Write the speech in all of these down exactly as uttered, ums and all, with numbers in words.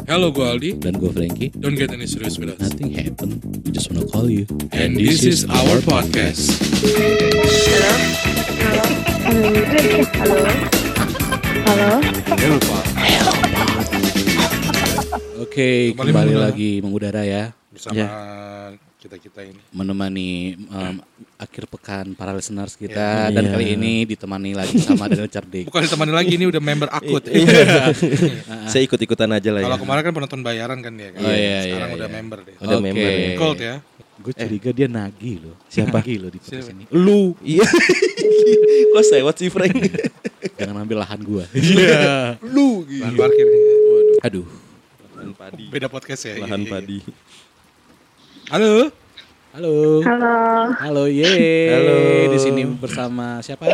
Hello, gue Aldi. Dan gue Frankie. Don't get any serious with us. Nothing happened. We just wanna call you. And this is our podcast. Halo. Halo. Hello, Pak. Oke, Kembali kembali mengudara. lagi mengudara ya. Bersama Ya. kita-kita ini. Menemani um, akhir pekan para listeners kita. Ya. Dan Iya. kali ini ditemani lagi sama Daniel Cerdik. Bukan ditemani lagi, ini udah member akut. Saya ikut-ikutan aja lah ya. Kalau kemarin kan penonton bayaran kan dia kan. Oh, iya, Sekarang iya, udah iya. member deh. Udah Oke. member ya. Gold ya. Gue curiga dia nagih loh. Siapa? Nagih loh di podcast Siapa? ini. Lu Iya. Kok sewot sih Frank? jangan ambil lahan gue. Iya. Lu Lahan parkir. Aduh. Lahan padi. Beda podcast ya. Lahan Iya, iya. padi. Halo. Halo. Halo. Halo, ye. Halo. Di sini bersama siapa?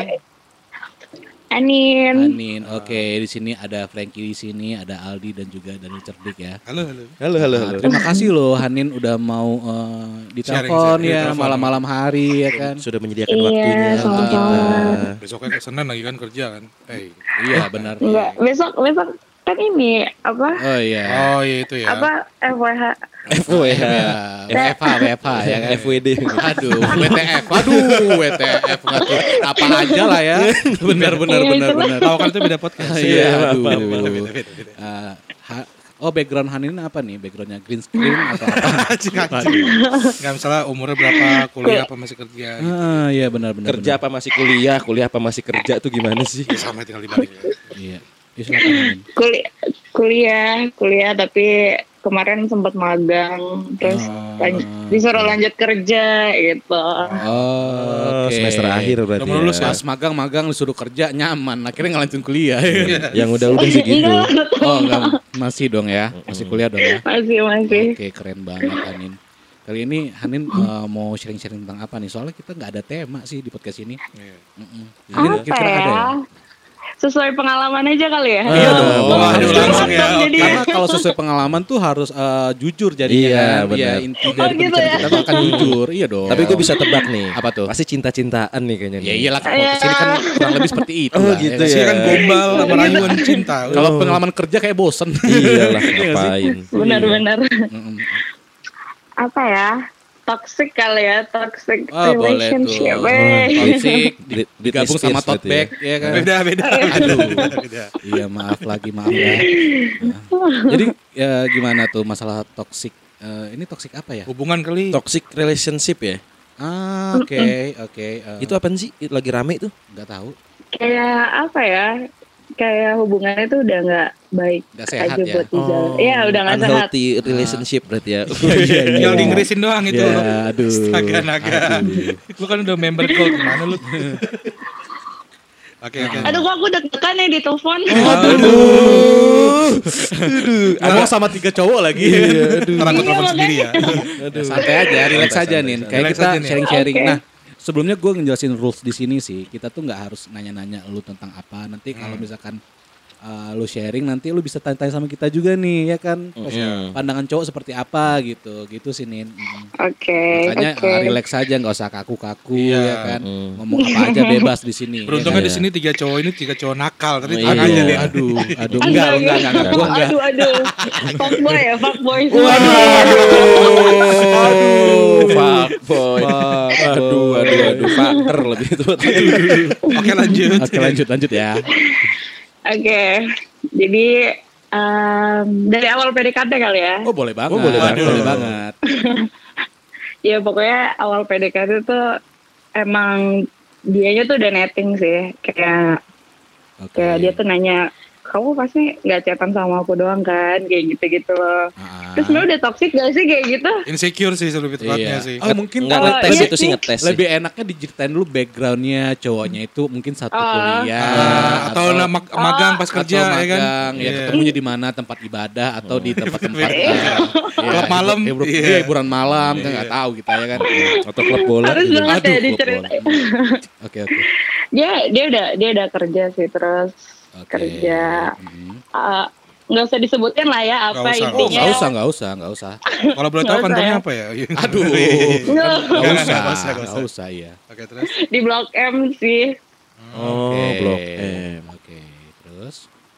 Anin. Anin. Oke, di sini ada Frankie di sini, ada Aldi dan juga Daniel Cerdik ya. Halo, halo. Halo, halo, Nah, halo. terima kasih loh Hanin udah mau uh, ditelepon Sharing, sharing, ya telepon. malam-malam hari ya kan. Sudah menyediakan Iya, waktunya untuk kita. sama-sama. Besoknya ke Senin lagi kan kerja kan. Eh. Iya benar. Enggak, besok besok kan ini apa? Oh iya. Oh iya itu ya. Apa F W H? F W H. Ya, W F H, W F H ya kan. F W D. Aduh, W T F. Aduh, W T F ngerti apa aja lah ya. Benar benar Iya, benar itulah. benar. Tahu kan itu beda podcast. Iya, aduh. Beda, beda, beda, beda, beda. Ah, ha- oh background Hanin apa nih? Backgroundnya green screen atau apa? Anjing, anjing. Nggak misalnya umurnya berapa, kuliah apa masih kerja gitu. Ah, iya benar benar. Kerja apa masih kuliah? Kuliah apa masih kerja tuh gimana sih? Ya, sama tinggal dibalik ya. benar. Iya. Ya, silakan Hanin. Kuliah, kuliah, kuliah tapi kemarin sempat magang, terus Oh. lanjut, disuruh lanjut kerja gitu. Oh, Oh, oke. semester akhir berarti. Udah lulus ya. Pas magang-magang disuruh kerja nyaman, akhirnya ngelanjutin kuliah. ya. Yang udah-udah sih gitu. Enggak, Oh enggak, masih dong ya, masih kuliah dong ya. masih masih. Oke, keren banget Hanin. Kali ini Hanin eh, mau sharing-sharing tentang apa nih? Soalnya kita nggak ada tema sih di podcast ini. Iya. Mm-mm. Apa Kira-kira ada ya? Sesuai pengalaman aja kali ya. Iya dong. Wah, Harus langsung curhat ya, dong. oke. Karena kalau sesuai pengalaman tuh harus eh, jujur jadinya Iya, kan. benar. Iya, inti Oh, dari gitu pembicaraan ya? kita tuh akan jujur. Iya dong. Tapi gue bisa tebak nih. Apa tuh? Pasti cinta-cintaan nih kayaknya. Ya nih. iyalah kalau kesini kan kurang lebih seperti itu. Oh, lah, gitu kan? ya. Sini kan gombal sama rayuan cinta. Kalau pengalaman kerja kayak bosen. Iyalah, Iya nggak sih? ngapain. Benar-benar. Mm-mm. Apa ya? Toxic kali ya, toxic Oh, boleh relationship. tuh. eh. Toxic Brit- Britney digabung Spears sama tote berarti ya. bag ya kan. Beda, beda. Aduh. Beda, beda. Iya maaf lagi maaf ya. Nah, jadi ya gimana tuh masalah toxic? Eh, ini toxic apa ya? Hubungan kali. Toxic relationship ya. Ah oke oke. eh, Itu apaan sih? Lagi rame tuh. nggak tahu. Kayak apa ya? Kayak hubungannya tuh udah nggak baik Nggak sehat aja ya? buat dijalin. Iya, udah nggak sehat. Unhealthy relationship berarti ya. Tinggal di Inggrisin doang itu. Ya, aduh. Astaga naga. Aduh. Lu kan udah member gold gimana lu? Oke oke. Aduh, kok aku deg-degan nih di telepon. Aduh. Ngomong sama tiga cowok lagi. Ntar aku Iya, telepon makanya. sendiri ya. Ya, santai aja, relax aja nih. Kayak Relax kita aja nih. sharing-sharing. Oke. Nah, sebelumnya gue ngejelasin rules di sini sih. Kita tuh nggak harus nanya-nanya lu tentang apa. Nanti kalau misalkan uh, lu sharing, nanti lu bisa tanya-tanya sama kita juga nih, ya kan? Mm. Pandangan cowok seperti apa gitu, gitu sih Nin. Mm. Oke, Makanya oke. uh, relax aja, nggak usah kaku-kaku, Iya. ya kan? Mm. Ngomong apa aja bebas di sini. Beruntungnya ya di kan? sini tiga cowok ini tiga cowok nakal. Tadi Oh, tenang iya. aja deh. Aduh, aduh, aduh, Aduh, enggak, aduh. enggak, enggak, enggak, gua enggak. Aduh, aduh. Fuckboy ya, fuckboy semua. Aduh, fuckboy. Aduh, aduh, aduh, fucker lebih itu. Oke lanjut. Oke lanjut, lanjut ya. Oke, jadi em, dari awal P D K T kali ya. Oh boleh banget, Oh, boleh banget. boleh banget. Ya pokoknya awal P D K T tuh emang dianya tuh udah netting sih. Kayak Oke. kayak dia tuh nanya, kamu pasti nggak chatan sama aku doang kan? Kayak gitu-gitu loh. Ah. Terus sebenarnya udah toxic gak sih kayak gitu? Insecure sih lebih tepatnya Iya. sih. Oh mungkin Enggak Oh, ngetes iya itu sih sih. ngetes sih. lebih enaknya diceritain dulu backgroundnya cowoknya itu mungkin satu Oh. kuliah Ah, atau na- mag- magang pas kerja atau ya kan. magang, ya Iya. ketemunya di mana tempat ibadah atau di tempat-tempat Iya. eh, ya, Klub malam. hibu- hibu- Iya. iya, hiburan malam kan nggak tahu kita ya kan. Atau klub bola. Harus gitu. banget Aduh, ya klub diceritain. Oke oke. Dia dia udah dia udah kerja sih, terus Oke. kerja. Hmm. eh, nggak usah disebutin lah ya apa Nggak usah. Oh intinya. nggak usah nggak usah nggak usah. Kalau boleh tahu Nggak usah kantornya ya. apa ya? Aduh. Nggak. Nggak Nggak, usah nggak usah, nggak nggak usah. usah ya. Oke terus. Di Blok M sih. Oh, Oke. Blok M. Oke terus.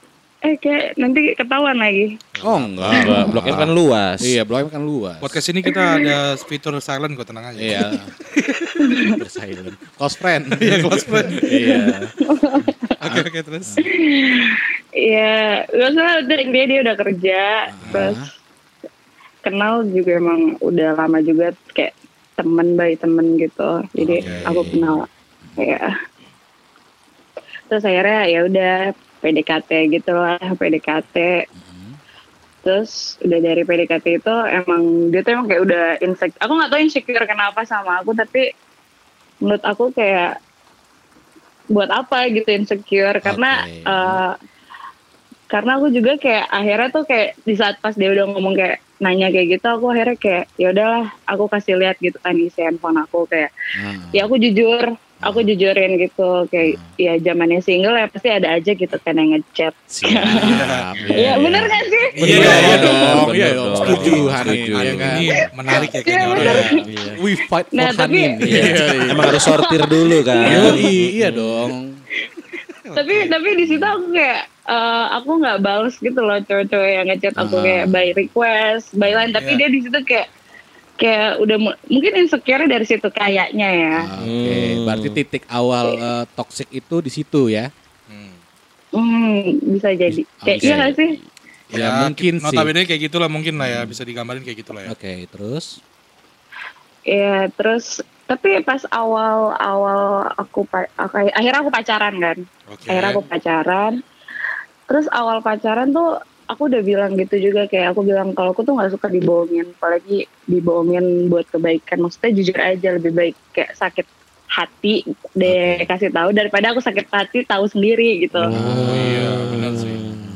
Eh kayak nanti ketahuan lagi. Oh enggak. Enggak, Blok M kan luas. Iya, Blok M kan luas. Podcast ini kita ada fitur silent kok, tenang aja. Iya. Silent. Close friend. Iya, close friend. Iya. Oke oke terus. Iya, gak usah udah dia dia udah kerja, terus kenal juga emang udah lama juga kayak temen bayi temen gitu. Jadi Oke. aku kenal ya. Terus akhirnya ya udah P D K T gitu lah, P D K T. Terus udah dari P D K T itu emang dia tuh emang kayak udah insecure. Aku nggak tahu insecure kenapa sama aku, tapi menurut aku kayak buat apa gitu insecure karena Oke. eh, karena aku juga kayak akhirnya tuh kayak di saat pas dia udah ngomong kayak nanya kayak gitu, aku akhirnya kayak ya udahlah aku kasih lihat gitu kan isi handphone aku kayak Nah. ya aku jujur aku jujurin gitu kayak ya zamannya single ya pasti ada aja gitu kan yang ngechat. Siap. Iya bener gak sih? Iya Iya dong, dong, bener iya dong. dong. Setuju Hanin. Setuju. Iya kan? Ini menarik ya kayaknya Iya, orang. bener. Iya. We fight for Nah, tapi- Hanin. Iya. Emang harus sortir dulu kan. Yoi, iya dong. tapi tapi di situ aku kayak eh, aku nggak balas gitu loh cowok-cowok yang ngechat aku Ah. kayak by request, by line tapi Iya. dia di situ kayak kayak udah mu- mungkin insecure dari situ kayaknya ya. Oke, Hmm. berarti titik awal eh, toxic itu di situ ya? Hmm. Hmm, bisa jadi. Kayak Oke. iya gak sih? Ya, mungkin sih. Notabene kayak gitulah mungkin lah ya, bisa digambarin kayak gitulah ya. Oke, terus? Iya, terus tapi pas awal-awal aku pa- aku- akhirnya aku pacaran kan. Oke. Akhirnya aku pacaran. Terus awal pacaran tuh aku udah bilang gitu juga kayak aku bilang kalau aku tuh nggak suka dibohongin, apalagi dibohongin buat kebaikan. Maksudnya jujur aja lebih baik kayak sakit hati deh kasih tahu daripada aku sakit hati tahu sendiri gitu. Oh iya, benar sih.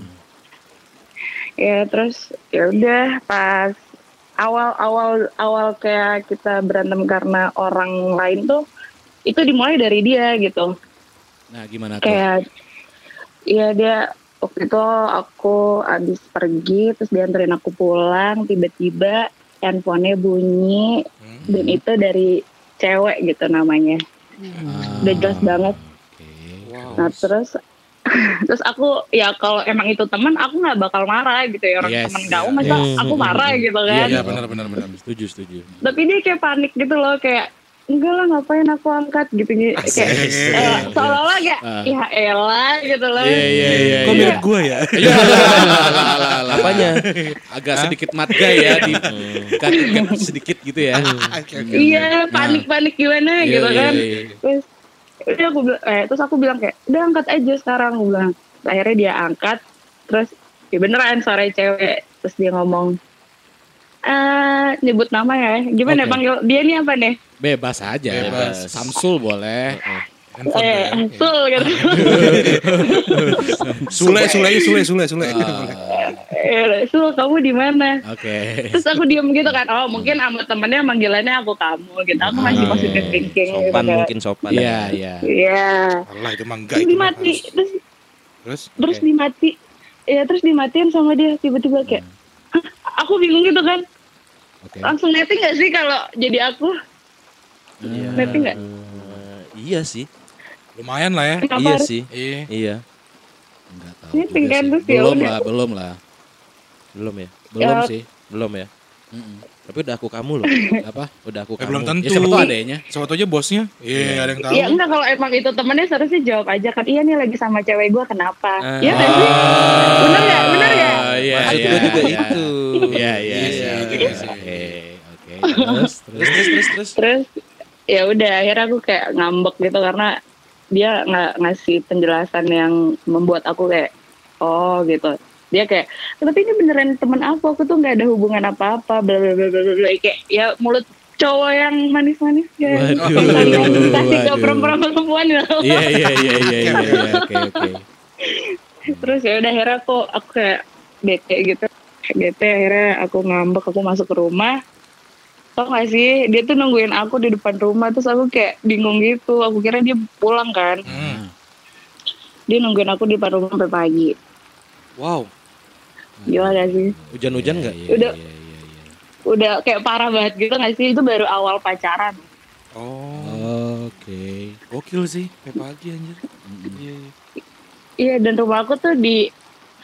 Ya terus ya udah pas awal awal awal kayak kita berantem karena orang lain tuh itu dimulai dari dia gitu. Nah, gimana tuh? Kayak ya dia waktu itu aku abis pergi terus dia anterin aku pulang tiba-tiba handphonenya bunyi Hmm. dan itu dari cewek gitu namanya. Ah, Udah jelas banget. Oke. Nah terus terus aku ya kalau emang itu teman aku nggak bakal marah gitu ya orang Yes, teman iya. kau masa Hmm. aku marah gitu kan. Iya benar benar benar. Setuju, setuju. Tapi dia kayak panik gitu loh kayak enggak lah ngapain aku angkat gitu kayak Asik. eh, seolah-olah kayak Ah. ya elah gitu loh. Iya, iya, iya. Kok iya. mirip gue ya? Iya, Apanya? agak sedikit matga ya di kaki sedikit gitu ya. Oke, oke. Iya panik-panik gimana Iya, gitu iya, kan. iya. Terus udah aku bilang, eh, terus aku bilang kayak udah angkat aja sekarang aku bilang. Akhirnya dia angkat terus ya beneran suara cewek terus dia ngomong eh nyebut nama ya gimana Oke. panggil dia nih apa nih Bebas aja. Bebas. Samsul boleh. Handphone eh ya. Sul gitu. Sule sule sule sule sule. Eh, Sul kamu di mana? Oke. Terus aku diem gitu kan, oh mungkin sama temennya manggilannya aku kamu gitu. Aku masih Ah, positive iya. thinking gitu Sopan kan. mungkin sopan. Iya, iya. Iya. Allah itu mah enggak Terus itu mah dimati, harus. terus Terus terus oke. dimati. Ya terus dimatiin sama dia tiba-tiba kayak, "Hah?" Aku bingung gitu kan. Oke. Langsung netting gak sih kalau jadi aku? Iya. Netting gak? Eh, iya sih. Lumayan lah ya. Kenapa Iya harus sih. Iya. Iya. Enggak tahu. netting juga kan sih. terus ya Belum udah. lah, belum lah. Belum ya? Belum Ya. sih. Belum ya? Mm-mm. Tapi udah aku kamu loh. Apa? Udah aku Eh, kamu. belum tentu. Ya siapa tahu adanya. Siapa tahu aja bosnya. Iya, ada yang tahu. Iya enggak kalau emang itu temennya seharusnya jawab aja kan. Iya nih lagi sama cewek gue kenapa? Ah. Iya kan sih? Bener gak? Bener gak? Ah, Iya, Maksud iya. gue juga iya. itu. Iya, iya, Iya, iya. gitu Oke, sih. oke. Oke. Terus, Terus terus terus terus. Terus ya udah akhirnya aku kayak ngambek gitu karena dia nggak ngasih penjelasan yang membuat aku kayak oh gitu. Dia kayak tapi ini beneran teman aku, aku tuh nggak ada hubungan apa-apa, bla bla bla bla bla kayak ya mulut cowok yang manis-manis ya. Waduh, Kasih ke waduh. perempuan-perempuan gitu. Iya, iya, iya, iya, iya, iya. Oke, oke. Terus ya udah akhirnya aku aku kayak bete gitu. Bete akhirnya aku ngambek, aku masuk ke rumah. Tau gak sih, dia tuh nungguin aku di depan rumah, terus aku kayak bingung gitu. Aku kira dia pulang kan. Hmm. Dia nungguin aku di depan rumah sampai pagi. Wow. Gila gak sih? Hujan-hujan nggak? Iya, Udah. iya, iya, iya. Udah kayak parah banget gitu gak sih? Itu baru awal pacaran. Oh. Oke. Gokil sih. Kayak pagi anjir. Iya, iya. Iya, dan rumah aku tuh di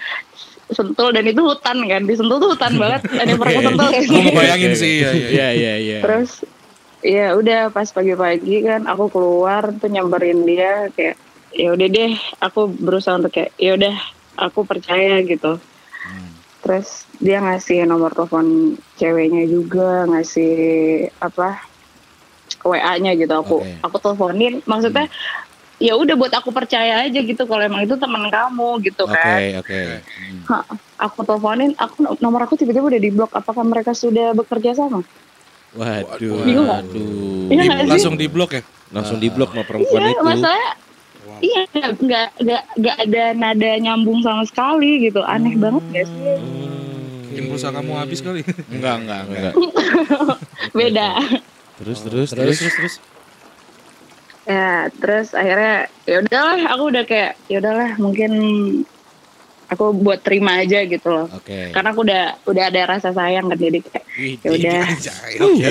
Sentul dan itu hutan kan, di Sentul tuh hutan banget, ada yang pernah ke Sentul kan? Gue mau bayangin sih. Iya, iya. Iya iya iya. Terus ya udah pas pagi-pagi kan aku keluar tuh nyamperin dia kayak ya udah deh, aku berusaha untuk kayak ya udah aku percaya gitu. Hmm. Terus dia ngasih nomor telepon ceweknya juga, ngasih apa W A-nya gitu. Aku Oke. aku teleponin, maksudnya ya udah buat aku percaya aja gitu kalau emang itu teman kamu gitu Oke kan. oke. Hmm. Ha, aku teleponin, aku nomor aku tiba-tiba udah diblok. Apakah mereka sudah bekerja sama? Waduh. Bingung nggak? Waduh. Iya Di- nggak sih? langsung di blok ya? Langsung diblok sama perempuan Iya, itu. masalah iya nggak nggak nggak nggak ada nada nyambung sama sekali gitu. Aneh banget gak sih? Mungkin pulsa kamu habis kali. Enggak enggak enggak. Beda. Terus terus Terus terus terus. Ya, terus akhirnya ya udahlah, aku udah kayak ya udahlah, mungkin aku buat terima aja gitu loh. Oke. Karena aku udah udah ada rasa sayang kan, jadi kayak ya udah. Anjay, Oke.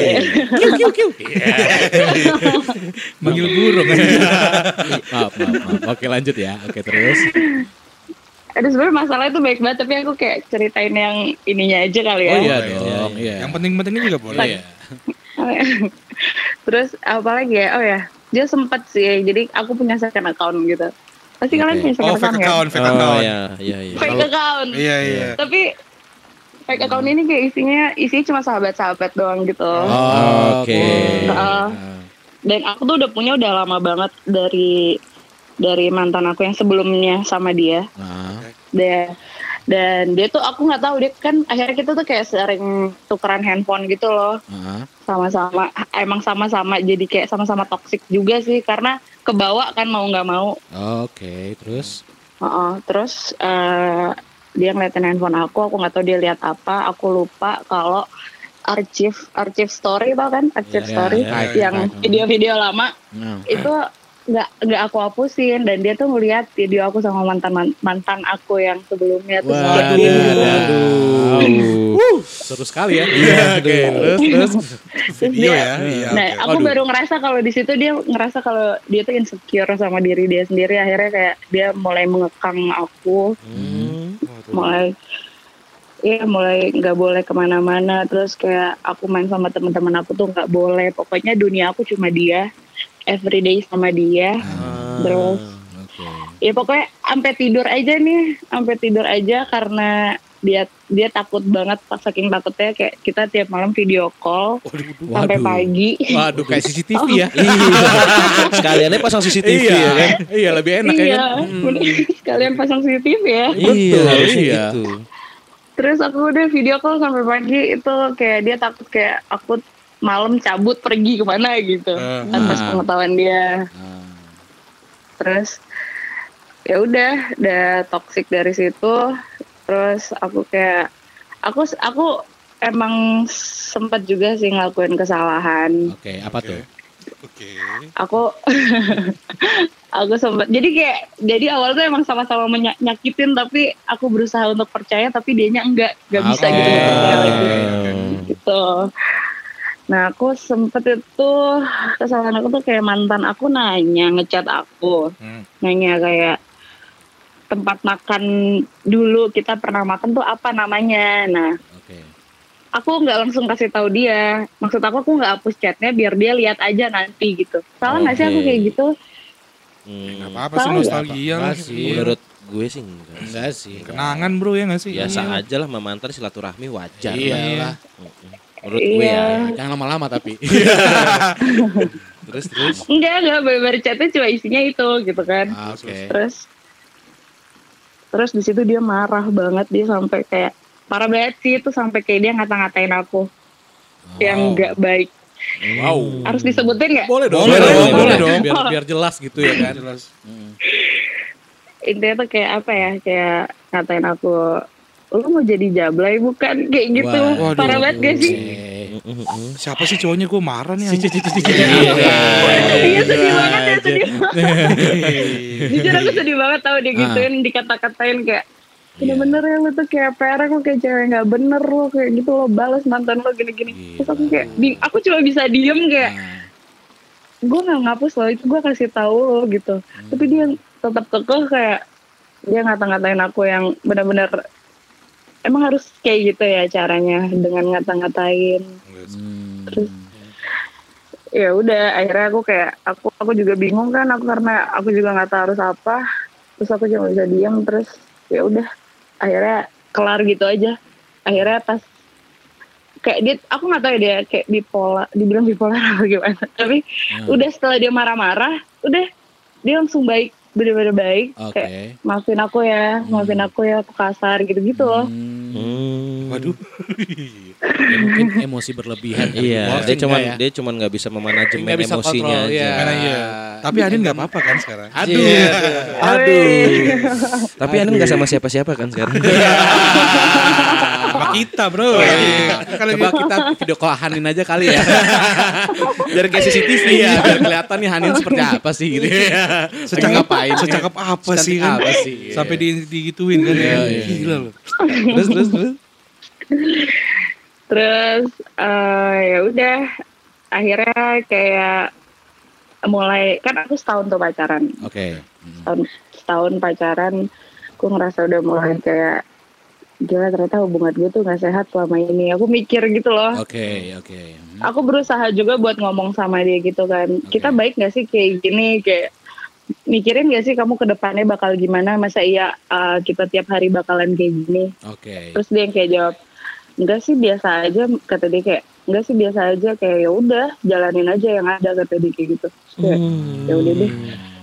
Manggil burung. Maaf, maaf, maaf. Oke lanjut ya. Oke terus. Ada sebenarnya masalah itu baik banget, tapi aku kayak ceritain yang ininya aja kali ya. Oh iya Iya, dong. Iya. Yang penting-pentingnya juga boleh. Iya. Terus apalagi ya? Oh ya, dia sempat sih. Jadi aku punya second account gitu. Pasti Oke. kalian punya second Oh, fake account account, kan? fake Oh account. iya iya iya. Fake account. Iya, iya. Tapi fake account ini kayak isinya isinya cuma sahabat-sahabat doang gitu. Oh, Oke. Heeh. Dan aku tuh udah punya udah lama banget dari dari mantan aku yang sebelumnya sama dia. Nah, Dia dan dia tuh aku nggak tahu, dia kan akhirnya kita tuh kayak sering tukeran handphone gitu loh, nah. sama-sama emang sama-sama jadi kayak sama-sama toksik juga sih karena kebawa kan mau nggak mau. Oke, terus Heeh, terus eh, dia ngeliatin handphone aku, aku nggak tahu dia lihat apa, aku lupa kalau archive archive story tau kan, archive Iya, story iya, iya, yang iya. video-video lama nah. itu nggak nggak aku hapusin, dan dia tuh ngeliat video aku sama mantan mantan aku yang sebelumnya terus Waduh, kayak dia gitu. waduh. Seru sekali ya. Iya, oke. Terus terus. Terus Video dia- ya. Iya, Nah, oke. aku Waduh. baru ngerasa kalau di situ dia ngerasa kalau dia tuh insecure sama diri dia sendiri. Akhirnya kayak dia mulai mengekang aku, Hmm. Waduh. mulai Iya mulai nggak boleh kemana-mana. Terus kayak aku main sama teman-teman aku tuh nggak boleh. Pokoknya dunia aku cuma dia, everyday sama dia. Terus Oke. ya pokoknya sampai tidur aja nih, sampai tidur aja karena dia dia takut banget, pas saking takutnya kayak kita tiap malam video call sampai Waduh. pagi. Waduh, kayak C C T V ya. Iya. Sekaliannya pasang C C T V Iya ya kan. Iya, lebih enak ya Iya, kan. bener. Sekalian pasang C C T V ya. Iya, harusnya iya. gitu. Terus aku udah video call sampai pagi, itu kayak dia takut kayak aku malam cabut pergi kemana gitu, Ah. tanpa pengetahuan dia. Nah, Terus ya udah, udah toxic dari situ. Terus aku kayak aku aku emang sempat juga sih ngelakuin kesalahan. Oke, apa tuh? Oke. Aku aku sempat jadi kayak jadi awal tuh emang sama-sama menyakitin, tapi aku berusaha untuk percaya tapi dianya enggak enggak bisa Oke. gitu untuk percaya lagi. Hmm. Gitu. Nah, aku sempet itu kesalahan aku tuh kayak mantan aku nanya, ngechat aku, Hmm. nanya kayak tempat makan dulu kita pernah makan tuh apa namanya. Nah, Oke. aku nggak langsung kasih tahu dia. Maksud aku aku nggak hapus chatnya biar dia lihat aja nanti gitu. Salah nggak sih aku Oke. kayak gitu? Hmm. Nggak apa-apa sih, Tahu nostalgia lah. Enggak sih. Menurut gue sih enggak. Enggak sih. Kenangan bro ya nggak sih? Biasa Iya. aja lah, sama mantan silaturahmi wajar. Iyalah. Mm-mm. Menurut gue Iya. ya. Jangan lama-lama tapi. Terus terus. Enggak, enggak, bener chatnya cuma isinya itu gitu kan. Ah, Oke. Terus terus di situ dia marah banget, dia sampai kayak parah banget sih, itu sampai kayak dia ngata-ngatain aku yang nggak baik. Wow. Harus disebutin nggak? Boleh dong. Boleh boleh, dong, boleh boleh dong. dong. Biar biar jelas gitu ya kan. Jelas. Hmm. Intinya tuh kayak apa ya, kayak ngatain aku, lu mau jadi jablay bukan, kayak gitu. Waduh. Parah banget gak sih? Oke. Mm-mm. Siapa sih cowoknya, gue marah nih. Si anjing. cici cici. Iya sedih banget ya, sedih banget. Iya. Jujur aku sedih banget tau dia gituin, dikata-katain kayak bener-bener ya lu tuh kayak perek, lu kayak cewek gak bener, lu kayak gitu, lo balas mantan lo gini-gini. Terus aku kayak, di, aku cuma bisa diem kayak, gue gak ngapus lo, itu gue kasih tahu lo gitu. Tapi dia tetap kekeh kayak, dia ngata-ngatain aku yang benar-benar emang harus kayak gitu ya caranya dengan ngata-ngatain. Hmm. Terus ya udah akhirnya aku kayak aku aku juga bingung kan aku karena aku juga nggak tahu harus apa. Terus aku cuma bisa diam terus ya udah akhirnya kelar gitu aja. Akhirnya pas kayak dia aku nggak tahu ya dia kayak bipolar, dibilang bipolar apa gimana. Tapi Hmm. udah setelah dia marah-marah, udah dia langsung baik, bener-bener baik. Oke. Kayak maafin aku ya, maafin aku ya, aku kasar gitu-gitu loh. Hmm. Hmm. Waduh. Ya, mungkin emosi berlebihan. Iya, Emosi dia cuman enggak ya? dia cuman nggak bisa memanajemen Nggak bisa emosinya kontrol, aja. ya. Karena iya. Tapi Adin nggak apa-apa kan sekarang? Aduh. Iya. Aduh. Tapi Anda nggak sama siapa-siapa kan sekarang? Sama kita bro. Oh, Iya. iya. Kalau Coba kita video call Hanin aja kali ya. Biar kayak C C T V. Iya, biar kelihatan nih Hanin seperti apa sih gitu ya. secakap ngapain? secakap apa Secantik sih kan? apa sih? Sampai di, digituin kan ya. Iya, iya. Gila loh. Terus terus terus. Terus eh, ya udah akhirnya kayak mulai kan aku setahun tuh pacaran. Oke. Hmm. Setahun, setahun pacaran aku ngerasa udah mulai kayak gila ternyata hubungan gue tuh gak sehat selama ini. Aku mikir gitu loh. Oke, oke. Hmm. Aku berusaha juga buat ngomong sama dia gitu kan. Kita baik gak sih kayak gini, kayak mikirin gak sih kamu ke depannya bakal gimana? Masa iya uh, kita tiap hari bakalan kayak gini? Oke. Terus dia yang kayak jawab, enggak sih biasa aja. Kata dia kayak, enggak sih biasa aja. Kayak ya udah jalanin aja yang ada, kata dia kayak gitu. Terus kayak, ya udah deh.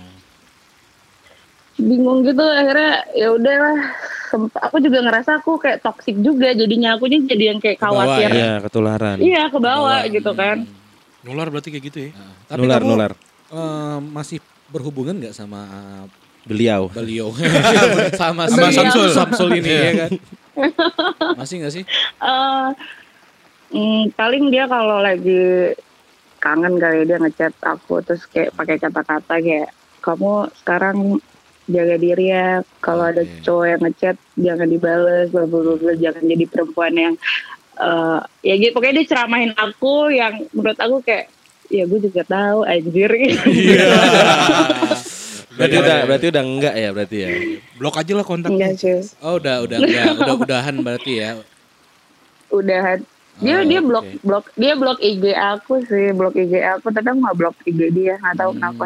Bingung gitu akhirnya ya udahlah. Semp- aku juga ngerasa aku kayak toksik juga jadinya akunya jadi yang kayak Kebawa khawatir. Iya, ketularan. Iya ke bawah Kebawa. gitu kan. Nular berarti kayak gitu ya. Nah, tapi Nular, kamu nular. eh, masih berhubungan nggak sama eh, Beliau. beliau sama, Sama si Samsul. Samsul ini Iya. ya kan? Masih nggak sih? Eh, mm, paling dia kalau lagi kangen kali dia ngechat aku terus kayak pakai kata-kata kayak kamu sekarang jaga diri ya, kalau ada Oke. cowok yang ngechat jangan dibales, bla bla bla bla, jangan jadi perempuan yang eh, ya gitu. Pokoknya dia ceramahin aku yang menurut aku kayak ya gue juga tahu anjir gitu. Berarti udah berarti udah enggak ya berarti ya. Blok aja lah kontaknya. Enggak sih. Oh udah udah udah udah udahan berarti ya. Udah dia Oh, dia blok oke. blok dia blok I G aku sih, blok I G aku tapi aku nggak blok I G dia, nggak tahu kenapa.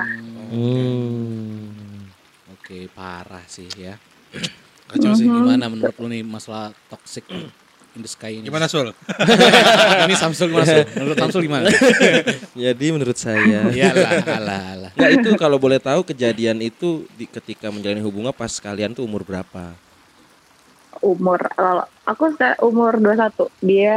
Hmm. Oke parah sih ya. Kacau sih. Gimana menurut lu nih masalah toxic in the sky ini? Gimana Sul? Ini Samsul gimana Sul? Menurut Samsul gimana? Jadi menurut saya Iyalah, alah, alah. Nggak, itu kalau boleh tahu kejadian itu di, ketika menjalani hubungan pas kalian tuh umur berapa? Umur kalau aku se- umur dua puluh satu, dia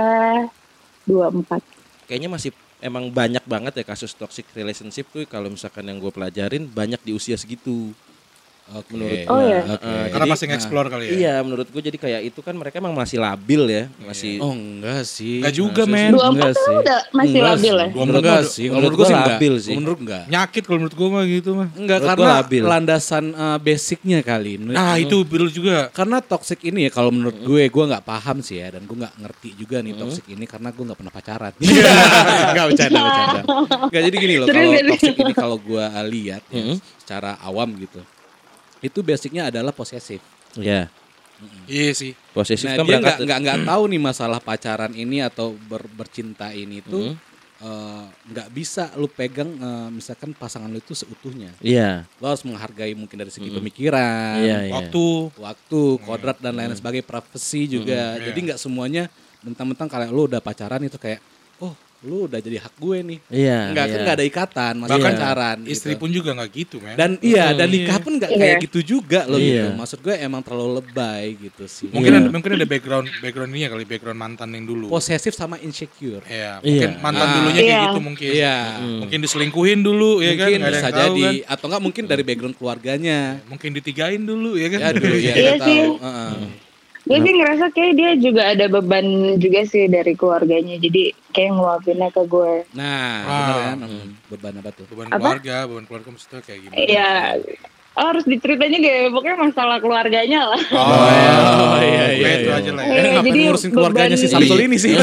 dua puluh empat. Kayaknya masih emang banyak banget ya kasus toxic relationship tuh kalau misalkan yang gue pelajarin banyak di usia segitu. Oke. Menurut Oh, gua. ya? Heeh, Karena jadi- masih nge-explore kali ya. Iya, menurut gue jadi kayak itu kan mereka emang masih labil ya, masih Oh enggak sih. Enggak juga Maksud- men. dua puluh empat enggak tuh sih. udah masih Enggak labil sih. ya. Gua Menurut enggak, gua sih. menurut Menurut gua gua sih enggak. labil sih. Menurut enggak. Nyakit kalau menurut gue mah gitu mah. Enggak Menurut karena gua labil. landasan uh, basicnya kali. Nah itu betul juga. Karena toxic ini ya kalau menurut gue, gue nggak paham sih ya dan gue nggak ngerti juga nih toxic ini karena gue nggak pernah pacaran. Nggak bercanda bercanda. Nggak jadi gini loh Serius, kalau serius. toxic ini kalau gue uh, lihat ya, Hmm. secara awam gitu, itu basicnya adalah posesif. ya Iya sih. posesif Nah kan dia berangkat nggak nggak nggak tahu nih masalah pacaran ini atau ber- bercinta ini tuh Hmm. eh, nggak bisa lu pegang eh, misalkan pasangan lu itu seutuhnya. Iya. Lo harus menghargai mungkin dari segi pemikiran, Iya, iya. Waktu. waktu, kodrat dan lain sebagainya, privasi juga. Jadi nggak semuanya mentang-mentang kalau lu udah pacaran itu kayak, oh lu udah jadi hak gue nih. Iya. Nggak iya. kan nggak ada ikatan, masih Bahkan pacaran. Istri gitu. pun juga nggak gitu men. Dan iya dan Hmm, nikah iya. pun nggak Iya. kayak gitu juga loh Iya. gitu. Maksud gue emang terlalu lebay gitu sih. Mungkin Iya. ada, mungkin ada background background ini ya kali background mantan yang dulu. Posesif sama insecure. Iya, mungkin Iya. mantan Ah. dulunya kayak Iya. gitu mungkin. Iya. Mungkin diselingkuhin dulu ya kan, Mungkin nggak ada bisa yang tahu jadi kan. atau enggak mungkin dari background keluarganya. Mungkin ditigain dulu ya kan. Ya dulu ya Iya nggak sih. tahu. Heeh. Gue sih ngerasa kayak dia juga ada beban juga sih dari keluarganya. Jadi kayak ngeluapinnya ke gue. Nah, Ah. benar kan? Hmm, beban apa tuh? Beban Apa? keluarga, beban keluarga maksudnya kayak gimana? Iya. Oh, harus diceritain juga ya. Pokoknya masalah keluarganya lah. Oh, Oh, iya, iya, iya, iya, itu iya. aja lah Iya, ya. Eh, ngapain jadi ngurusin keluarganya si beban- Samsul ini sih?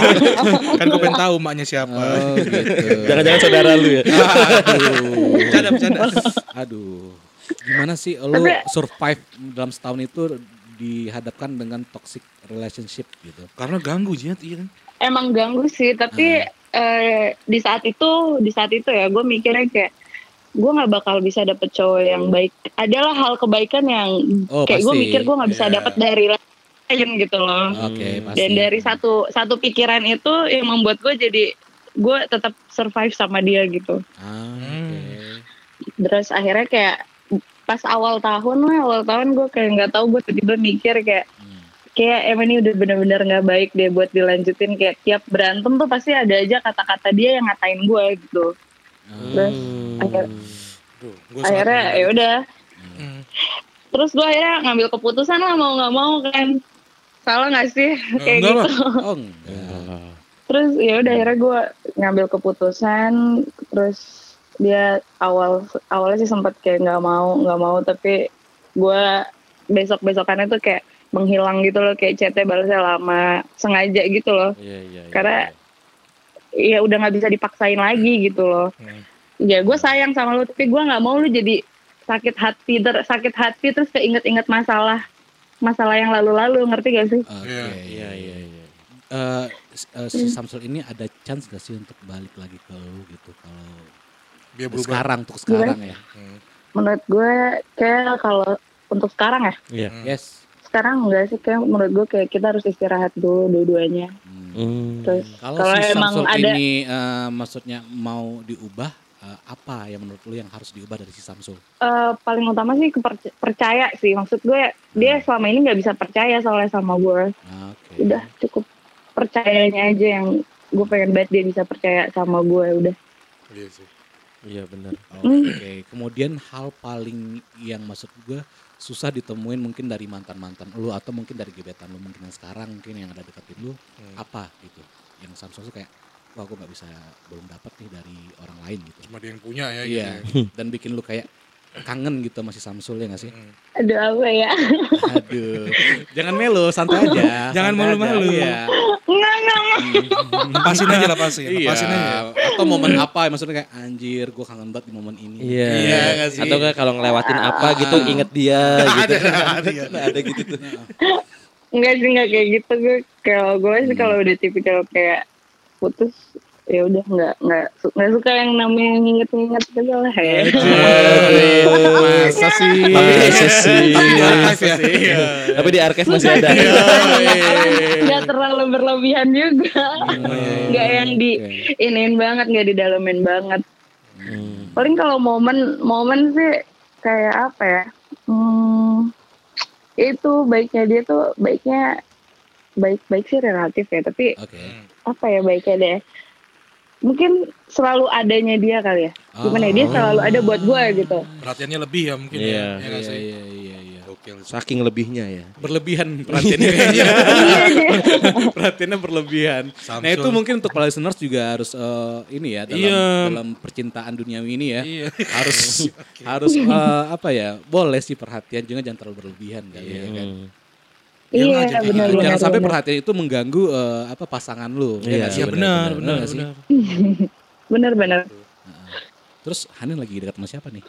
Kan gue pengen tahu emaknya siapa. Oh, gitu. Jangan-jangan saudara lu ya. Aduh. Bercanda, bercanda. Aduh. Gimana sih lo Tapi- survive dalam setahun itu dihadapkan dengan toxic relationship gitu? Karena ganggu Jiat, iya kan? Emang ganggu sih, tapi eh, di saat itu di saat itu ya gue mikirnya kayak gue nggak bakal bisa dapet cowok yang baik. Adalah hal kebaikan yang Oh, kayak gue pasti. mikir gue nggak bisa Iya. dapet dari lain gitu loh. Oke, pasti. Dan dari satu satu pikiran itu yang membuat gue jadi gue tetap survive sama dia gitu. Ah, Hmm. oke. Terus akhirnya kayak pas awal tahun lah, awal tahun gue kayak nggak tahu, gue tiba-tiba mikir kayak Hmm. kayak emang ini udah bener-bener nggak baik deh buat dilanjutin. Kayak tiap berantem tuh pasti ada aja kata-kata dia yang ngatain gue gitu. Terus akhir- Duh, gua sangat akhirnya menghindari. ya udah. Hmm. Terus gue akhirnya ngambil keputusan lah, mau nggak mau kan. Salah nggak sih kayak enggak gitu. Oh enggak. Terus ya udah akhirnya gue ngambil keputusan. Terus dia awal awalnya sih sempat kayak nggak mau nggak mau tapi gue besok besokannya tuh kayak menghilang gitu loh, kayak chatnya balasnya lama sengaja gitu loh. Iya, iya, iya. Karena ya udah nggak bisa dipaksain lagi gitu loh. Hmm. Ya gue sayang sama lu tapi gue nggak mau lu jadi sakit hati ter sakit hati terus keinget-inget masalah masalah yang lalu-lalu, ngerti gak sih? Oke. Iya. Iya, iya, iya. Eh, s- eh, si Samsul ini ada chance gak sih untuk balik lagi ke lu gitu kalau Dia berubah. sekarang untuk sekarang ya? Hmm. Menurut gue kayak kalau untuk sekarang ya, Iya. Hmm. Yes. sekarang enggak sih, kayak menurut gue kayak kita harus istirahat dulu dua-duanya. Hmm. Hmm. Terus Kalau kalau si emang Samsul ada ini eh, maksudnya mau diubah, eh, apa yang menurut lu yang harus diubah dari si Samsul? eh, paling utama sih keperc- percaya sih, maksud gue dia selama ini nggak bisa percaya soalnya sama gue. Ah, Oke. Udah cukup percayanya aja yang gue pengen banget dia bisa percaya sama gue, udah. Iya sih. Iya benar. Oke. Kemudian hal paling yang maksud gue susah ditemuin mungkin dari mantan-mantan lu atau mungkin dari gebetan lu mungkin yang sekarang mungkin yang ada deketin lu Hmm. apa gitu? Yang Samsul tuh kayak wah gue nggak bisa belum dapat nih dari orang lain gitu. Cuma dia yang punya ya gitu. Iya. ya. Dan bikin lu kayak kangen gitu sama si Samsul ya gak sih? Hmm. Aduh apa ya? Aduh. Jangan melo, santai aja. Jangan santai aja, malu-malu. Iya. Enggak, enggak, enggak. Lepasin aja, lepasin. Iya. Lepasin aja. Atau momen apa maksudnya kayak anjir gue kangen banget di momen ini. Iya. Iya nggak sih? Atau enggak kalau ngelewatin apa gitu inget dia gitu. Nah, ada gitu tuh. Enggak sih, enggak kayak gitu. Gue kalau gue sih kalau udah tipikal kayak putus ya udah nggak nggak su- nggak suka yang namanya nginget-nginget gitu lah ya. Masa sih? Masa sih? Masa sih? Iya. Tapi di archive masih ada. Nggak terlalu berlebihan juga. Nggak yang di iniin banget, nggak didalemin banget. Hmm. Paling kalau momen momen sih kayak apa ya? Hmm, itu baiknya dia tuh baiknya baik-baik sih relatif ya, tapi Oke. apa ya baiknya deh? Mungkin selalu adanya dia kali ya. Gimana ya, dia selalu ada buat gue gitu. Perhatiannya lebih ya mungkin Iya. ya. Ya nggak Iya sih? iya iya iya. Oke. Saking lebihnya ya. Berlebihan perhatiannya kayaknya. Perhatiannya berlebihan. Samsul. Nah itu mungkin untuk para listeners juga harus eh, ini ya dalam, Iya. dalam percintaan duniawi ini ya. Iya. Harus harus eh, apa ya? Boleh sih perhatian juga jangan terlalu berlebihan kali ya kan. Hmm. Iya aja, benar benar. Jangan sampai benar. perhatian itu mengganggu eh, apa pasangan lu. Iya, nggak sih? Iya benar, Benar benar, nggak sih? benar. Benar benar. Terus Hanin lagi dekat sama siapa nih?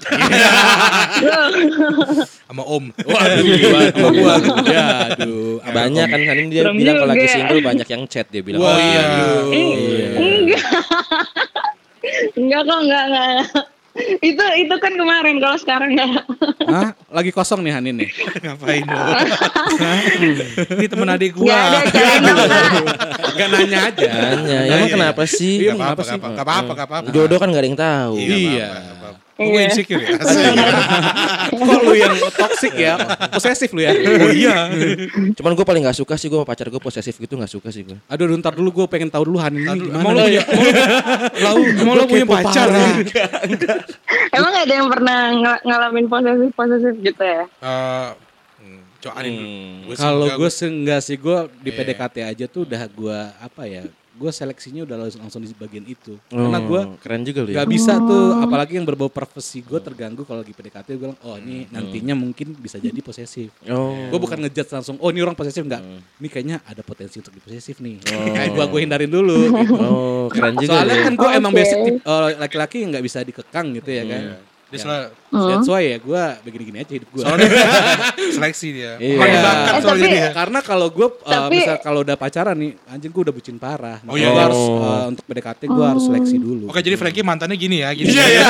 Sama Om. Waduh, gimana sama gua? Ya, aduh. Banyak kan kan dia Serem bilang kalau lagi juga. single banyak yang chat dia bilang. Wah, Oh iya. Eh, enggak. Enggak kok, enggak, enggak. Itu itu kan kemarin, kalau sekarang enggak. Hah? Lagi kosong nih Hanin nih. Ngapain lu? Ini temen adik Enggak ada gua. caranya, Kak. Gak nanya aja. Tanya, emang kenapa sih? Iya, Gak kenapa apa-apa, sih? gak apa-apa, gak apa-apa, gak apa-apa. Jodoh kan gak ada yang tahu. Iya. Iya. Gak apa-apa. Kok gue Iya. insecure ya? Asik. Kok lu yang toxic ya? Posesif lu ya? Oh iya. Cuman gue paling gak suka sih gue sama pacar gue posesif gitu gak suka sih gue. Aduh, ntar dulu gue pengen tahu dulu Hanin ini Emang gimana. lu punya, emang lu- emang lu punya Kepo pacar? parah. Emang gak ada yang pernah ng- ngalamin posesif-posesif gitu ya? Eh, hmm, coanin dulu. Gua sih Kalau enggak, gue gua- sih enggak sih, gue di Iya. P D K T aja tuh udah gue apa ya? Gue seleksinya udah langsung, langsung di bagian itu. Karena gue Oh, keren juga lu ya. gak bisa tuh, apalagi yang berbau privasi gue terganggu kalau lagi P D K T. Gue bilang, oh ini nantinya mungkin bisa jadi posesif. Oh. Gue bukan ngejudge langsung, oh ini orang posesif enggak. Ini kayaknya ada potensi untuk diposesif nih. Kayak gue gue hindarin dulu. Gitu. Oh, keren juga Soalnya lu ya. kan gue emang Oke. basic tip, eh, laki-laki yang nggak bisa dikekang gitu ya kan. Dia Ya. selalu That's why ya gue begini-gini aja hidup gue. soalnya seleksi dia. Iya. Makin bakat Eh, soalnya tapi- dia. Karena kalau gue uh, Tapi- misal kalau udah pacaran nih, anjing gue udah bucin parah. Oh, Makanya iya, gue iya. harus uh, untuk P D K T gue harus seleksi dulu. Oke, jadi Frankie mantannya gini ya, gini. Iya, iya,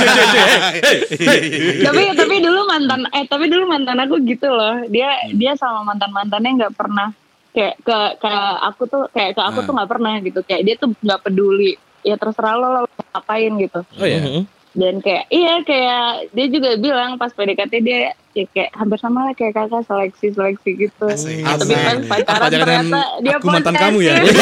tapi tapi dulu mantan eh tapi dulu mantan aku gitu loh. Dia Hmm. dia sama mantan mantannya nggak pernah kayak ke ke aku tuh kayak ke aku Ah. tuh nggak pernah gitu. Kayak dia tuh nggak peduli. Ya terserah lo lo ngapain gitu. Oh ya. Dan kayak iya kayak dia juga bilang pas P D K T dia ya kayak hampir sama lah kayak kakak seleksi seleksi gitu. Asik. Tapi pas Asik. pacaran Apa jangan-jangan ternyata dia aku mantan kamu ya? posesif.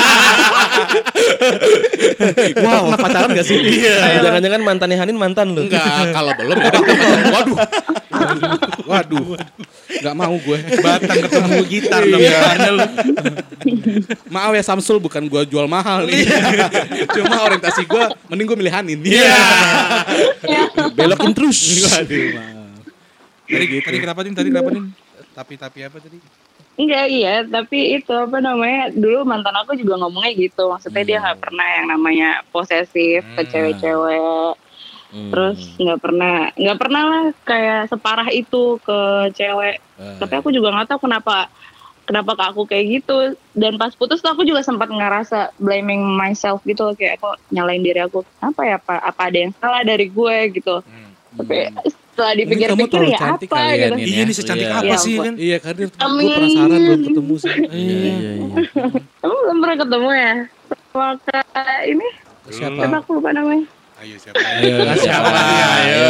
Wow, pernah pacaran gak sih? Iya. Jangan-jangan mantannya Hanin mantan lu. Enggak, kalau belum ya udah kita pacaran. Waduh. Waduh. Enggak mau gue. Batang ketemu gitar dong Iya. ya. lu. Maaf ya Samsul, bukan gue jual mahal nih. Cuma orientasi gue mending gue milih Hanin. Iya. Belokin terus. Waduh, maaf. Tadi tadi kenapa nih? Tadi kenapa nih? Tapi-tapi apa tadi? Enggak iya, tapi itu apa namanya dulu mantan aku juga ngomongnya gitu. Maksudnya dia nggak pernah yang namanya posesif ke Hmm. cewek-cewek. Terus nggak pernah nggak pernah lah kayak separah itu ke cewek. Eh. Tapi aku juga nggak tahu kenapa kenapa ke aku kayak gitu. Dan pas putus tuh aku juga sempat ngerasa blaming myself gitu loh, kayak aku nyalain diri aku. Apa ya apa apa ada yang salah dari gue gitu. Hmm. Tapi setelah Mungkin kamu dipikir-pikir terlalu ya cantik apa kali ya, gitu. Nin. Iya nih secantik Iya. apa Ya sih ampun. kan? Iya, karena gue Amin. penasaran belum ketemu sih. Iya, iya, iya. Kamu belum pernah ketemu ya? Sama kak ini? Siapa? Siapa aku lupa namanya. Ayo siapa? Ayo, siapa? Ayo.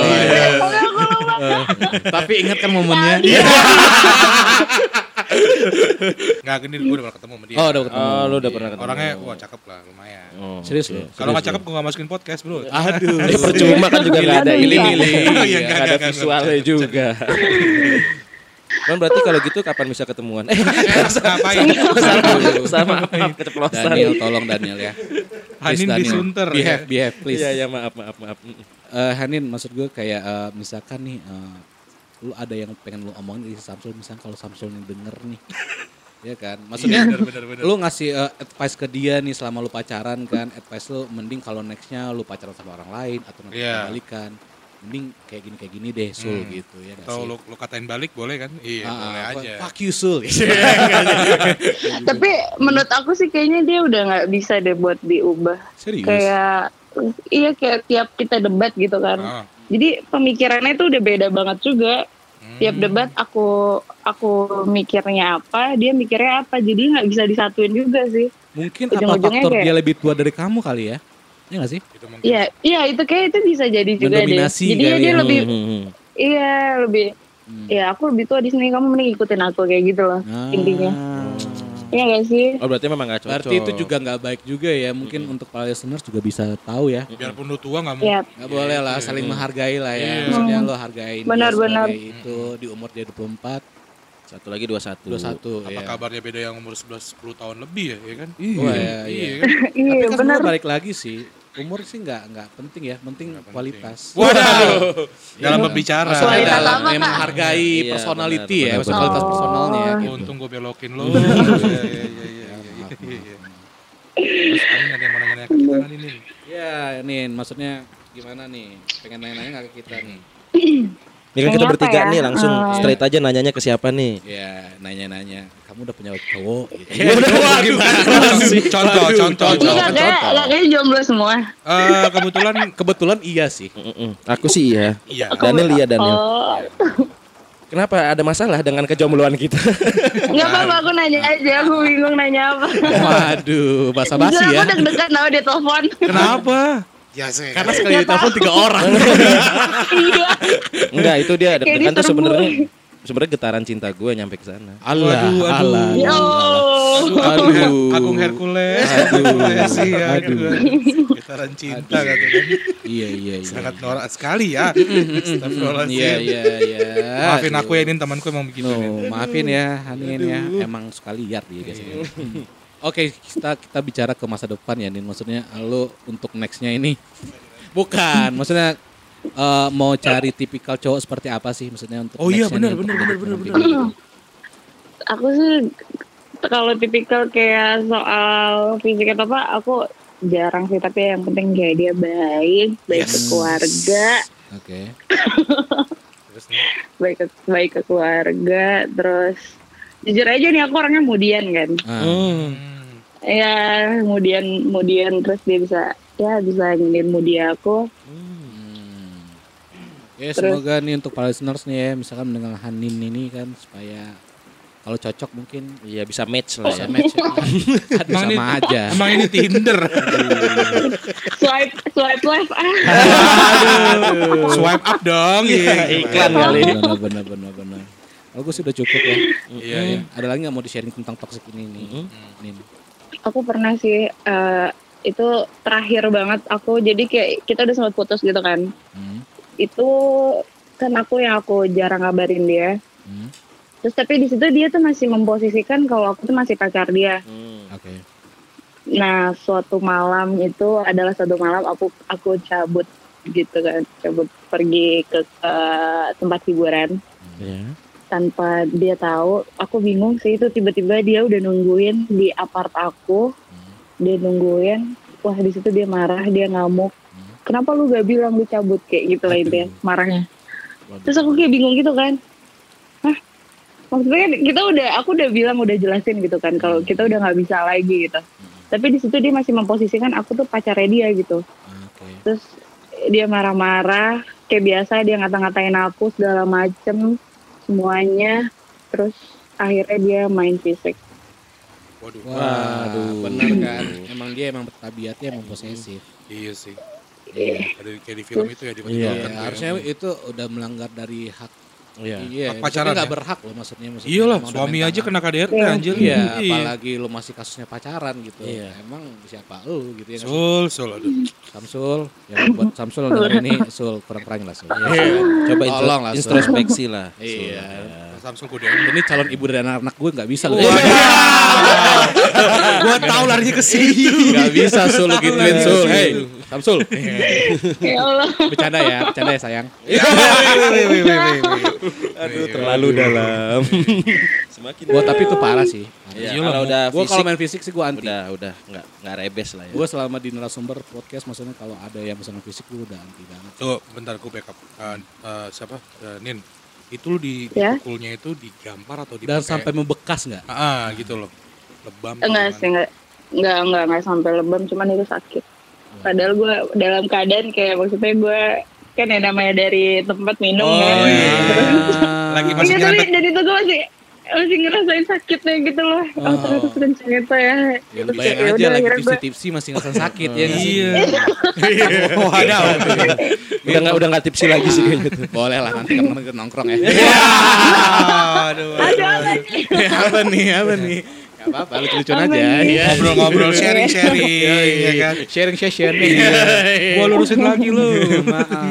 Tapi ingat kan momennya? Iya. Enggak, gini gue udah pernah ketemu sama dia. Oh, udah ketemu. Oh, lu udah pernah ketemu. Orangnya wah cakep lah, lumayan. Oh, Serius oke. lu? Kalau nggak cakep gue nggak masukin podcast, Bro. Aduh. Eh, percuma kan juga nggak ada Aduh, ini iya. milih, Oh, iya, nggak enggak, ada enggak, enggak, visualnya enggak. juga. Kan berarti kalau gitu kapan bisa ketemuan? Eh, Ngapain? sama maaf keceplosan. Daniel, tolong Daniel ya. Please, Hanin Daniel. disunter. Behave, behave, please. Iya, iya, maaf, maaf, maaf. Eh, Hanin, maksud gue kayak eh, misalkan nih, eh, lu ada yang pengen lu omongin di Samsul, misalkan kalau Samsul nih denger nih. Ya kan, maksudnya Bener, bener, bener. lu ngasih eh, advice ke dia nih selama lu pacaran kan, advice lu mending kalau nextnya lu pacaran sama orang lain atau nanti Iya. balikan, mending kayak gini kayak gini deh Sul Hmm. gitu ya. nggak Atau sih? lu, lu katain balik boleh kan? Iya, Ah, boleh ah, aja. Fuck you Sul. Tapi menurut aku sih kayaknya dia udah nggak bisa deh buat diubah. Serius? Kayak iya kayak tiap kita debat gitu kan. Ah. Jadi pemikirannya tuh udah beda banget juga. Hmm. Tiap debat aku aku mikirnya apa, dia mikirnya apa. Jadi nggak bisa disatuin juga sih. Mungkin apa Ujung-ujungnya faktor kayak- dia lebih tua dari kamu kali ya? Iya gak sih? Itu mungkin. Iya, iya itu kayak itu bisa jadi juga deh. Mendominasi Jadi kali dia ya. lebih Hmm, hmm, iya lebih Hmm. ya aku lebih tua di sini, kamu mending ikutin aku kayak gitu loh Ah. intinya. Iya gak sih? Oh, berarti memang gak cocok. Berarti itu juga nggak baik juga ya. Mungkin untuk para listeners juga bisa tahu ya. Biarpun lu tua nggak mau. Iya. Nggak boleh lah, saling menghargai lah ya. Iya. Maksudnya lo hargain dia Benar-benar. sebagai itu di umur dia dua puluh empat, Satu lagi dua puluh satu. dua puluh satu. Apa ya. kabarnya beda yang umur sebelas sepuluh tahun lebih ya, ya kan? Iya, Wah, iya, iya iya. kan? Iya Tapi kan benar. sebenarnya balik lagi sih. Umur sih nggak nggak penting ya, penting Nggak penting. kualitas. Waduh. Dalam Iya. berbicara. Maksudnya Kualitas dalam apa, ya, Kak? menghargai Iya, personality benar, ya, benar, kualitas benar. personalnya Oh. gitu. Untung gue belokin lo. Iya, iya, iya, iya, iya, iya, iya. Terus Anin ada yang mau nanya-nanya ke kita kan ini? Ya, Nin, maksudnya gimana nih? Pengen nanya-nanya nggak ke kita nih? Ini kan kita Nanya apa bertiga ya? nih langsung Hmm. straight aja nanyanya ke siapa nih. Ya, nanya-nanya. Kamu udah punya cowok gitu. Waduh, contoh, contoh, Ini contoh. kakaknya kakaknya jomblo semua. Eh, kebetulan Kebetulan iya sih. Mm-mm. Aku sih iya. iya. Daniel iya Daniel. Oh, Kenapa ada masalah dengan kejombloan kita? nggak apa-apa, aku nanya aja, aku bingung nanya apa. Waduh, basa-basi Jujur, ya. aku deg-degan tau dia telepon. Kenapa? Ya sih. Karena sekali ditelepon tiga orang. Iya. Enggak, itu dia Kayak deg-degan tuh diserbu. sebenarnya sebenarnya getaran cinta gue nyampe ke sana. Allah, Aduh, aduh. Allah. Ya Allah. Aduh, Her- Aduh. Agung Hercules, Aduh. Hercules iya, Aduh. aduh. Getaran cinta Aduh. katanya. Iya, iya, iya. Sangat norak sekali ya. Astagfirullahaladzim. Iya, iya, iya. Maafin aku ya, Nin, temanku emang begitu. Nin. No, maafin ya, Hanin ya. Emang suka liar dia biasanya. Oke, kita kita bicara ke masa depan ya, Nin. Maksudnya lo untuk nextnya ini bukan, maksudnya eh, mau cari tipikal cowok seperti apa sih maksudnya untuk Oh iya, nextnya benar, nih, untuk benar, hidup benar, nanti benar, gitu. Aku sih kalau tipikal kayak soal fisik atau apa, aku jarang sih, tapi yang penting kayak dia baik, baik Yes. berkeluarga, Oke. Terus nih, baik ke, baik ke keluarga. Terus jujur aja nih aku orangnya mudian kan. Ah. Hmm. hmm, Ya kemudian kemudian terus dia bisa ya bisa nyindir mudi aku. Hmm. Ya Terus- semoga nih untuk para listeners nih ya, misalkan mendengar Hanin ini kan supaya kalau cocok mungkin Iya bisa match lah bisa ya. match. Aduh, Emang ini- sama aja. emang ini Tinder. Swipe swipe left ah. Swipe up dong. Iya, Iya, iklan gimana? kali. Benar benar benar benar. Kalau gue sih udah cukup ya. Iya, iya. Ada lagi nggak mau di sharing tentang toxic ini nih? Mhm. Nin? Aku pernah sih eh, itu terakhir banget aku jadi kayak kita udah sempat putus gitu kan. Hmm. Itu kan aku yang aku jarang ngabarin dia. Hmm. Terus tapi di situ dia tuh masih memposisikan kalau aku tuh masih pacar dia. Hmm. Oke. Nah, suatu malam itu adalah satu malam aku aku cabut gitu kan, cabut pergi ke, ke tempat hiburan Ya. tanpa dia tahu. Aku bingung sih itu tiba-tiba dia udah nungguin di apart aku, dia nungguin. Wah di situ dia marah, dia ngamuk. Kenapa lu gak bilang lu cabut kayak gitu lah intinya marahnya. Terus aku kayak bingung gitu kan. Hah? Maksudnya kan kita udah, aku udah bilang, udah jelasin gitu kan kalau kita udah nggak bisa lagi gitu. Tapi di situ dia masih memposisikan aku tuh pacarnya dia gitu. Oke. Terus dia marah-marah, kayak biasa dia ngata-ngatain aku segala macem semuanya. Terus akhirnya dia main fisik. Waduh. Waduh, benar kan? Emang dia emang tabiatnya emang posesif. Iya sih. Iya. Ada kayak di film itu ya Iya, diperjuangkan. tuh ya. harusnya itu udah melanggar dari hak. Iya. Iya, Hak pacaran nggak ya? berhak loh maksudnya. maksudnya Iyalah, emang udah suami main aja tangan. kena K D R T Iya. anjir. Iya, apalagi lu masih kasusnya pacaran gitu. Iya. Emang siapa lu gitu ya? nggak sih? Sul, sul, aduh. Samsul, yang buat Samsul denger ini, Sul kurang-kurangin lah Sul. Iya. Coba intro- Tolong lah, Sul. introspeksi lah. Iya. Samsung ku D M. Ini calon ibu dari anak-anak gue nggak bisa loh. Gua tahu larinya ke situ. Nggak bisa Sul lu gituin Sul. Hey, Samsul. Ya Allah. Bercanda ya, bercanda ya sayang. Aduh, Terlalu dalam. Semakin. Gua tapi itu parah sih. Iya, Iyalah, kalau udah Gue kalau fisik main fisik sih gue anti. udah udah nggak nggak rebes lah ya. Gue selama di narasumber podcast maksudnya kalau ada yang misalnya fisik gue udah anti banget. Tuh, bentar aku backup. Uh, uh, siapa? Uh, Nin. Itu lu di Ya. dipukulnya itu digampar atau Dan dipakai? sampai membekas nggak? Ah, gitu loh. Lebam. Enggak sih, enggak. Enggak, enggak, enggak sampai lebam, cuman itu sakit. Padahal gue dalam keadaan kayak maksudnya gue kan ya namanya dari tempat minum Oh, kan. iya. Lagi masih Iya, tapi nyadek. dari itu gue masih masih ngerasain sakitnya gitu loh. Oh, Oh. ternyata sekencang itu ya. Ya lu Terus bayang kayak aja udah, lagi akhirnya gua- tipsi-tipsi masih ngerasain sakit ya nggak sih? Iya. Oh, ada. Udah nggak udah nggak tipsi lagi sih kayaknya tuh. Boleh lah nanti kamu kita nongkrong ya. Aduh. Ada apa nih? apa nih? Apa nih? Gak apa-apa, lucu-lucuan Apa aja. nih? Iya. Ngobrol-ngobrol, sharing-sharing, ya kan? Sharing session. Gua lurusin lagi lu. Maaf.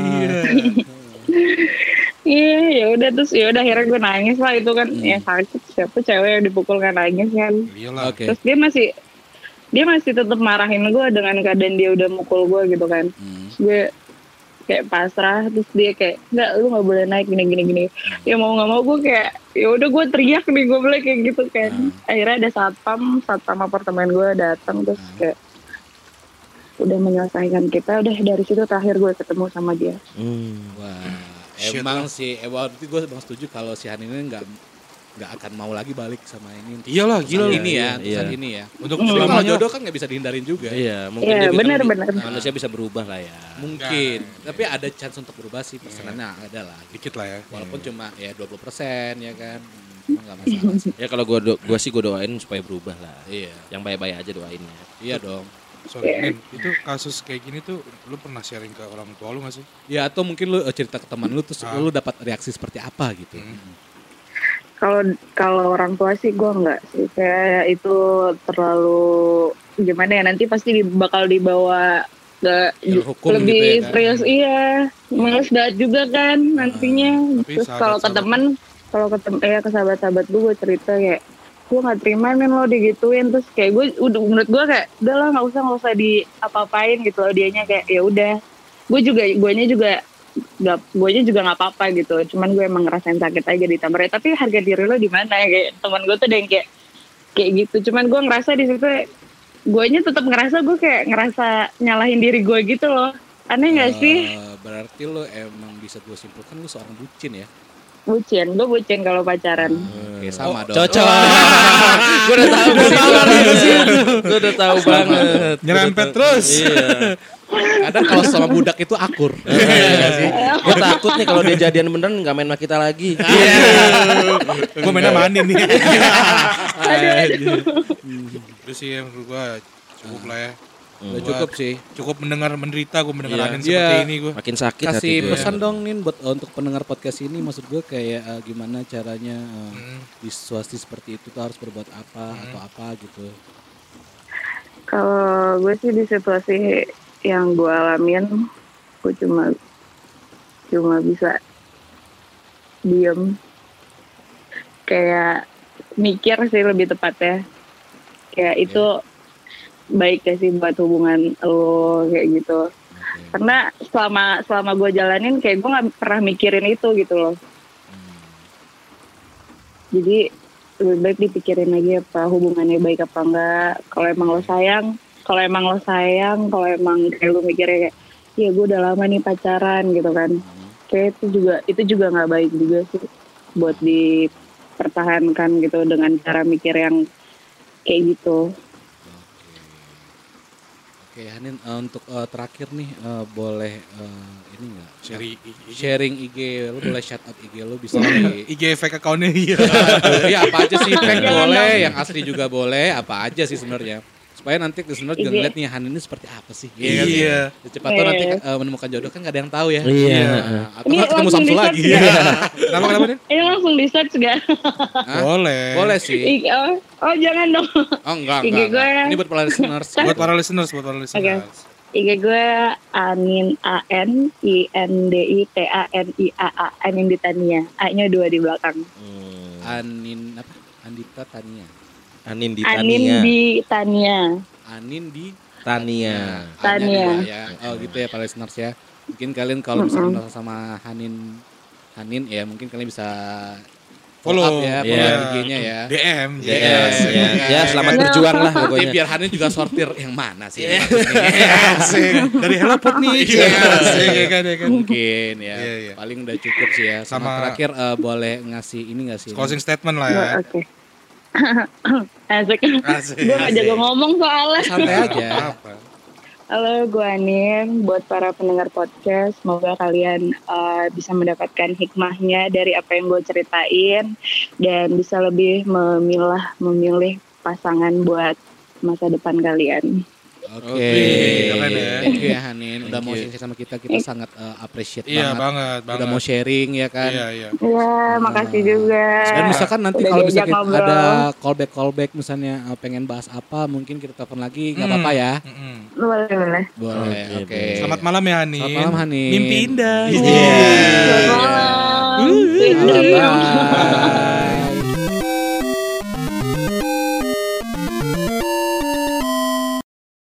Iya, ya udah terus ya udah akhirnya gue nangis lah itu kan ya sakit siapa cewek yang dipukul kan nangis kan. Iyalah. Oke. Terus dia masih dia masih tetap marahin gue dengan keadaan dia udah mukul gue gitu kan. Hmm. Terus gue kayak pasrah terus dia kayak enggak lu nggak boleh naik gini gini gini. Ya mau nggak mau gue kayak ya udah gue teriak nih gue boleh kayak gitu kan. Akhirnya ada satpam satpam apartemen gue datang terus kayak udah menyelesaikan kita udah dari situ terakhir gue ketemu sama dia. Hmm. Wah, Shit emang lah. sih, eh, waktu itu gue emang setuju kalau si Han ini nggak nggak akan mau lagi balik sama ini. untuk- Iyalah, untuk gila saat lu. ini ya, untuk Iya. saat ini ya. Untuk Hmm. Tapi kalau selamanya. jodoh kan nggak bisa dihindarin juga. Iya, mungkin Iya, dia bisa- benar, benar. manusia bisa berubah lah ya. Mungkin, tapi ada chance untuk berubah sih persenannya ada lah. Gitu. Dikit lah ya. Walaupun cuma ya dua puluh persen ya kan. Hmm, Cuma nggak masalah sih. Ya kalau gua do- gua sih gua doain supaya berubah lah. Iya. Yang baik-baik aja doain ya. Iya dong. Sorry, Nin, itu kasus kayak gini tuh lu pernah sharing ke orang tua lu gak sih? Ya atau mungkin lu eh, cerita ke teman lu terus Ah. lu dapat reaksi seperti apa gitu. Hmm. Kalau kalau orang tua sih gue enggak sih kayak itu terlalu gimana ya nanti pasti di- bakal dibawa ke Jalur hukum lebih gitu ya kan? serius iya males banget juga kan nantinya. tapi Terus kalau ke sahabat-sahabat- temen kalau ke tem ya ke sahabat-sahabat gue gue cerita kayak gue nggak terima nih lo digituin terus kayak gue udah menurut gue kayak udah lah nggak usah nggak usah diapa-apain gitu loh dianya kayak ya udah gue juga guanya juga nggak guanya juga nggak apa-apa gitu cuman gue emang ngerasain sakit aja ditambah tapi harga diri lo di mana kayak teman gue tuh ada yang kayak kayak gitu cuman gue ngerasa di situ guanya tetap ngerasa gue kayak ngerasa nyalahin diri gue gitu loh aneh nggak sih Eh, berarti lo emang bisa gue simpulkan lo seorang bucin ya. Bucin, gue bucin kalau pacaran. Oke, sama dong. Cocok. Gue udah tahu ke situ. Gue udah tahu banget. Nyerempet terus. Iya. Kadang kalau sama budak itu akur. Gue takut nih kalau dia jadian beneran nggak main sama kita lagi. Iya. Gue mainnya sama Anin nih. Itu sih yang menurut gue cukup lah ya. Udah cukup sih. Cukup mendengar menderita gue mendengar Iya. Anin Iya. seperti ini gue. Makin sakit hati Kasih gue. pesan dong Nin buat uh, untuk pendengar podcast ini, maksud gue kayak uh, gimana caranya uh, Hmm. di situasi seperti itu tuh harus berbuat apa atau apa gitu. Kalau gue sih di situasi yang gue alamin, gue cuma cuma bisa diem, kayak mikir sih lebih tepatnya. Kayak itu baik gak sih buat hubungan lo kayak gitu. Oke. Karena selama selama gue jalanin kayak gue nggak pernah mikirin itu gitu loh. Jadi lebih baik dipikirin lagi apa hubungannya baik apa enggak. Kalau emang lo sayang, kalau emang lo sayang, kalau emang kayak lo mikirnya kayak, ya gue udah lama nih pacaran gitu kan. Kayak itu juga itu juga nggak baik juga sih buat dipertahankan gitu dengan cara mikir yang kayak gitu. Oke, Hanin uh, untuk uh, terakhir nih uh, boleh uh, ini enggak? Seri Sharing I G, lo boleh shout out I G lo bisa di I G fake account-nya iya. Iya apa aja sih, fake boleh, yang asli juga boleh, apa aja sih sebenarnya. Supaya nanti listener juga I G. ngeliat nih Han ini seperti apa sih. Iya. Iya. Cepat tuh nanti Iya. uh, menemukan jodoh kan gak ada yang tahu ya. Iya. Nah, atau Ini nggak ketemu langsung Samsul di-search lagi. nggak? Kenapa kenapa nih? Ini langsung di search gak? Hah? Boleh. Boleh sih. I- oh, oh jangan dong. Oh enggak, I G enggak, gue. enggak. Ini buat para listeners. Buat para listeners, buat para listeners. I G gue Anin A N I N D I T A N I A A Anin di Tania. A-nya dua di belakang. Hmm. Anin apa? Andita Tania. Anin di Anin Tania. di Tania. Anin di Tania. A-nya Tania. dua ya. Oh gitu ya para listeners ya. Mungkin kalian kalau misalnya kenal sama Hanin Hanin ya mungkin kalian bisa Follow. up ya, follow Iya. I G-nya ya. D M. Ya, ya, ya, ya, selamat Iya. berjuang lah Ya, pokoknya. biar Hanin juga sortir yang mana sih. Asik. Dari Hello Pot nih. Iya, asik ya kan ya kan. Mungkin ya. Iya, iya. Paling udah cukup sih ya. Sama, Sama- terakhir eh, boleh ngasih ini enggak sih? Closing statement lah Oh, ya. Oke. Asik. Asik. Gue gak jago ngomong soalnya. Santai aja. Apa? Halo, gue Anin. Buat para pendengar podcast, semoga kalian uh, bisa mendapatkan hikmahnya dari apa yang gue ceritain dan bisa lebih memilah, memilih pasangan buat masa depan kalian. Oke. Oke, keren ya. Thank you ya Hanin. Udah Thank mau you. sharing sama kita. Kita sangat eh, appreciate Iya banget. banget, banget. Udah mau sharing ya kan. Iya, iya. Ya, makasih juga. Dan misalkan nanti Udah kalau diajak misalnya ngobrol. ada callback callback misalnya eh, pengen bahas apa, mungkin kita telepon lagi, nggak Hmm. apa-apa ya. Mm-mm. Boleh, boleh. Boleh. Oke, Oke. Selamat malam ya Hanin. Selamat malam, Hanin. Mimpi indah. Iya. Selamat malam. Sweet Bye-bye. dreams.